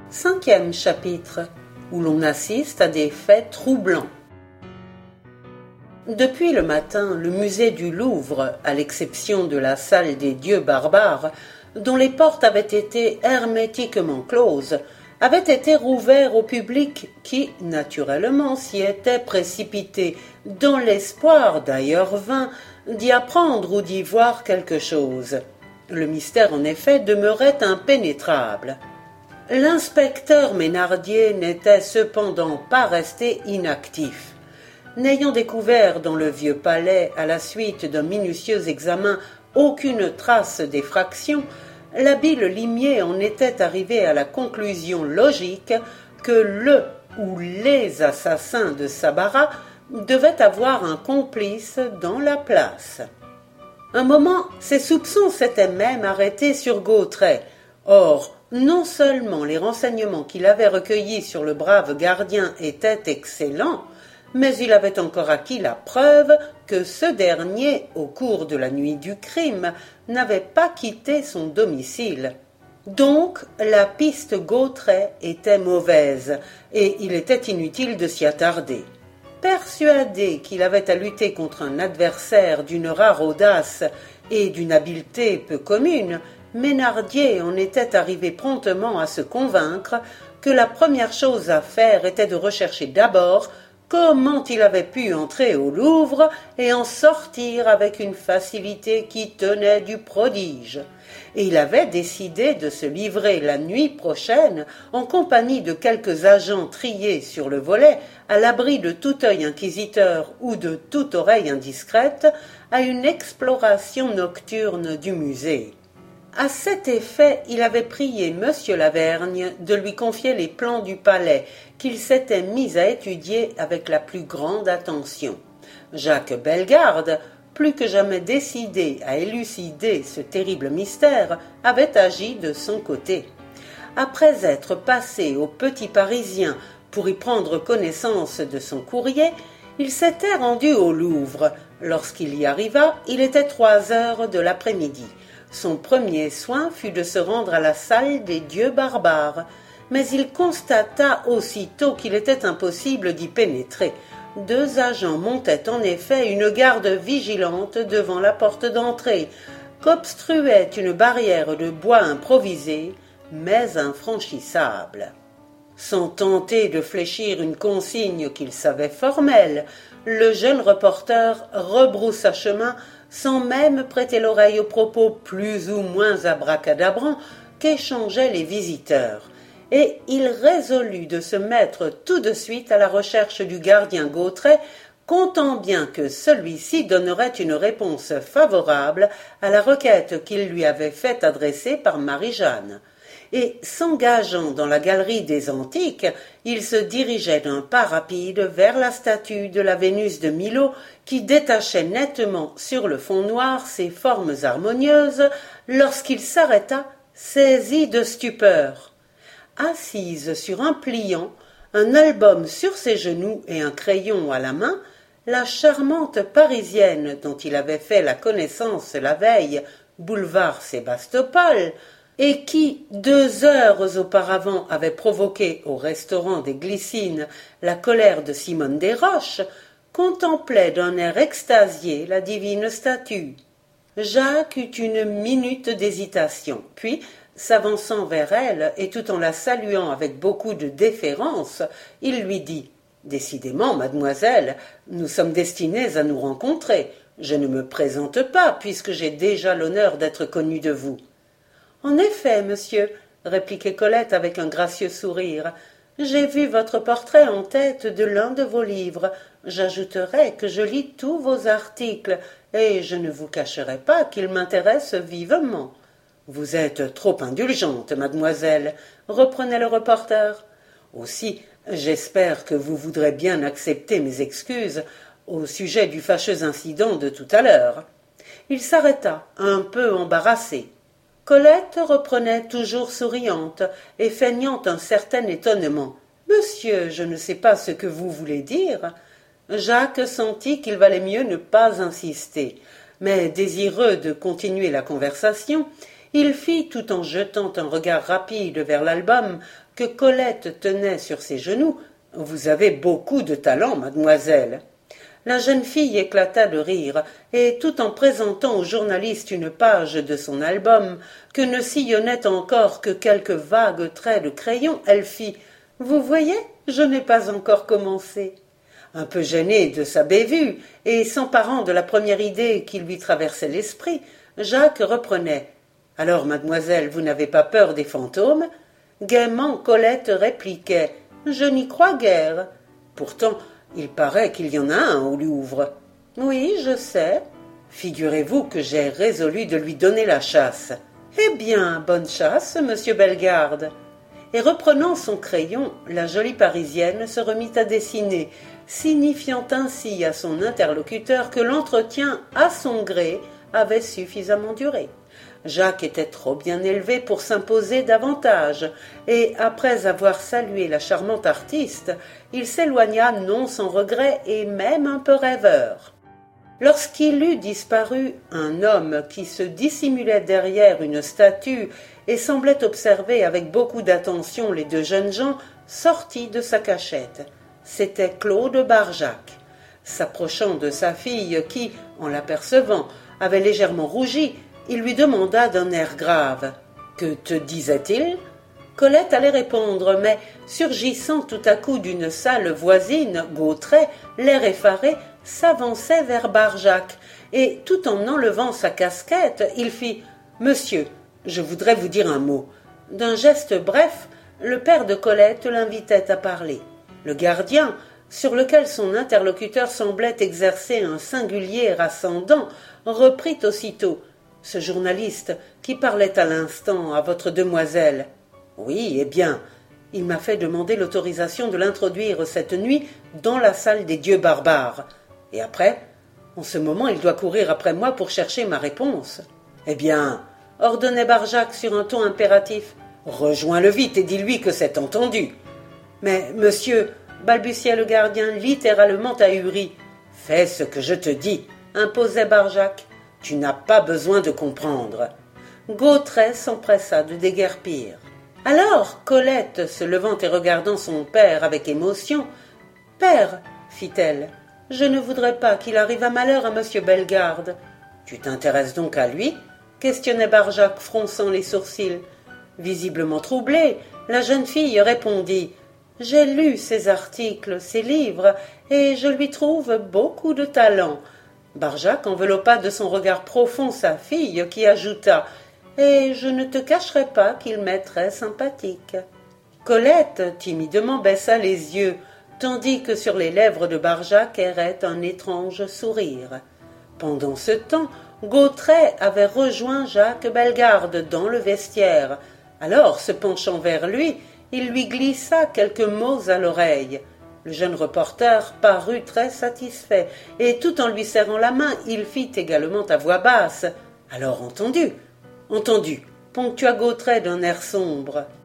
Cinquième chapitre, où l'on assiste à des faits troublants. Depuis le matin, le musée du Louvre, à l'exception de la salle des dieux barbares, dont les portes avaient été hermétiquement closes, avait été rouvert au public qui, naturellement, s'y était précipité, dans l'espoir, d'ailleurs vain, d'y apprendre ou d'y voir quelque chose. Le mystère, en effet, demeurait impénétrable. L'inspecteur Ménardier n'était cependant pas resté inactif. N'ayant découvert dans le vieux palais, à la suite d'un minutieux examen, aucune trace d'effraction, l'habile limier en était arrivé à la conclusion logique que le ou les assassins de Sabara devaient avoir un complice dans la place. Un moment, ses soupçons s'étaient même arrêtés sur Gautret. Or, non seulement les renseignements qu'il avait recueillis sur le brave gardien étaient excellents, mais il avait encore acquis la preuve que ce dernier, au cours de la nuit du crime, n'avait pas quitté son domicile. Donc, la piste Gautret était mauvaise, et il était inutile de s'y attarder. Persuadé qu'il avait à lutter contre un adversaire d'une rare audace et d'une habileté peu commune, Ménardier en était arrivé promptement à se convaincre que la première chose à faire était de rechercher d'abord comment il avait pu entrer au Louvre et en sortir avec une facilité qui tenait du prodige. Et il avait décidé de se livrer la nuit prochaine, en compagnie de quelques agents triés sur le volet, à l'abri de tout œil inquisiteur ou de toute oreille indiscrète, à une exploration nocturne du musée. À cet effet, il avait prié M. Lavergne de lui confier les plans du palais, qu'il s'était mis à étudier avec la plus grande attention. Jacques Bellegarde, plus que jamais décidé à élucider ce terrible mystère, avait agi de son côté. Après être passé au Petit Parisien pour y prendre connaissance de son courrier, il s'était rendu au Louvre. Lorsqu'il y arriva, il était 3 heures de l'après-midi. Son premier soin fut de se rendre à la salle des dieux barbares, mais il constata aussitôt qu'il était impossible d'y pénétrer. 2 agents montaient en effet une garde vigilante devant la porte d'entrée, qu'obstruait une barrière de bois improvisée, mais infranchissable. Sans tenter de fléchir une consigne qu'il savait formelle, le jeune reporter rebroussa chemin sans même prêter l'oreille aux propos plus ou moins abracadabrants qu'échangeaient les visiteurs, et il résolut de se mettre tout de suite à la recherche du gardien Gautret, comptant bien que celui-ci donnerait une réponse favorable à la requête qu'il lui avait fait adresser par Marie-Jeanne. Et s'engageant dans la galerie des Antiques, il se dirigeait d'un pas rapide vers la statue de la Vénus de Milo qui détachait nettement sur le fond noir ses formes harmonieuses lorsqu'il s'arrêta, saisi de stupeur. Assise sur un pliant, un album sur ses genoux et un crayon à la main, la charmante Parisienne dont il avait fait la connaissance la veille, boulevard Sébastopol, et qui, 2 heures auparavant, avait provoqué au restaurant des Glycines la colère de Simone Desroches, contemplait d'un air extasié la divine statue. Jacques eut une minute d'hésitation, puis, s'avançant vers elle, et tout en la saluant avec beaucoup de déférence, il lui dit « Décidément, mademoiselle, nous sommes destinés à nous rencontrer. Je ne me présente pas, puisque j'ai déjà l'honneur d'être connu de vous. » « En effet, monsieur, » répliquait Colette avec un gracieux sourire, « j'ai vu votre portrait en tête de l'un de vos livres. J'ajouterai que je lis tous vos articles, et je ne vous cacherai pas qu'ils m'intéressent vivement. »« Vous êtes trop indulgente, mademoiselle, » reprenait le reporter. « Aussi, j'espère que vous voudrez bien accepter mes excuses au sujet du fâcheux incident de tout à l'heure. » Il s'arrêta, un peu embarrassé. Colette reprenait toujours souriante et feignant un certain étonnement. « Monsieur, je ne sais pas ce que vous voulez dire. » Jacques sentit qu'il valait mieux ne pas insister, mais désireux de continuer la conversation, il fit, tout en jetant un regard rapide vers l'album, que Colette tenait sur ses genoux. « Vous avez beaucoup de talent, mademoiselle. » La jeune fille éclata de rire, et tout en présentant au journaliste une page de son album, que ne sillonnaient encore que quelques vagues traits de crayon, elle fit « Vous voyez, je n'ai pas encore commencé. » Un peu gêné de sa bévue, et s'emparant de la première idée qui lui traversait l'esprit, Jacques reprenait « Alors, mademoiselle, vous n'avez pas peur des fantômes ?» Gaiement, Colette répliquait « Je n'y crois guère. » Pourtant, il paraît qu'il y en a un au Louvre. « Oui, je sais. Figurez-vous que j'ai résolu de lui donner la chasse. »« Eh bien, bonne chasse, monsieur Bellegarde. » Et reprenant son crayon, la jolie Parisienne se remit à dessiner, signifiant ainsi à son interlocuteur que l'entretien, à son gré, avait suffisamment duré. Jacques était trop bien élevé pour s'imposer davantage, et après avoir salué la charmante artiste, il s'éloigna non sans regret et même un peu rêveur. Lorsqu'il eut disparu, un homme qui se dissimulait derrière une statue et semblait observer avec beaucoup d'attention les deux jeunes gens, sortit de sa cachette. C'était Claude Barjac. S'approchant de sa fille qui, en l'apercevant, avait légèrement rougi, il lui demanda d'un air grave « Que te disait-il » Colette allait répondre, mais surgissant tout à coup d'une salle voisine, Gautret, l'air effaré, s'avançait vers Barjac, et tout en enlevant sa casquette, il fit « Monsieur, je voudrais vous dire un mot. » D'un geste bref, le père de Colette l'invitait à parler. Le gardien, sur lequel son interlocuteur semblait exercer un singulier ascendant, reprit aussitôt « Ce journaliste qui parlait à l'instant à votre demoiselle. » « Oui, eh bien, il m'a fait demander l'autorisation de l'introduire cette nuit dans la salle des dieux barbares. Et après, en ce moment, il doit courir après moi pour chercher ma réponse. »« Eh bien, ordonnait Barjac sur un ton impératif, rejoins-le vite et dis-lui que c'est entendu. »« Mais, monsieur, balbutiait le gardien littéralement ahuri. »« Fais ce que je te dis, imposait Barjac. Tu n'as pas besoin de comprendre. » Gautret s'empressa de déguerpir. Alors, Colette, se levant et regardant son père avec émotion, « Père, fit-elle, je ne voudrais pas qu'il arrive à malheur à monsieur Bellegarde. »« Tu t'intéresses donc à lui ?» questionnait Barjac, fronçant les sourcils. Visiblement troublée, la jeune fille répondit « J'ai lu ses articles, ses livres, et je lui trouve beaucoup de talent. » Barjac enveloppa de son regard profond sa fille, qui ajouta « Et je ne te cacherai pas qu'il m'est très sympathique. » Colette timidement baissa les yeux, tandis que sur les lèvres de Barjac errait un étrange sourire. Pendant ce temps, Gautret avait rejoint Jacques Bellegarde dans le vestiaire. Alors, se penchant vers lui, il lui glissa quelques mots à l'oreille. Le jeune reporter parut très satisfait, et tout en lui serrant la main, il fit également à voix basse « Alors entendu !»« Entendu, ponctua Gautret d'un air sombre.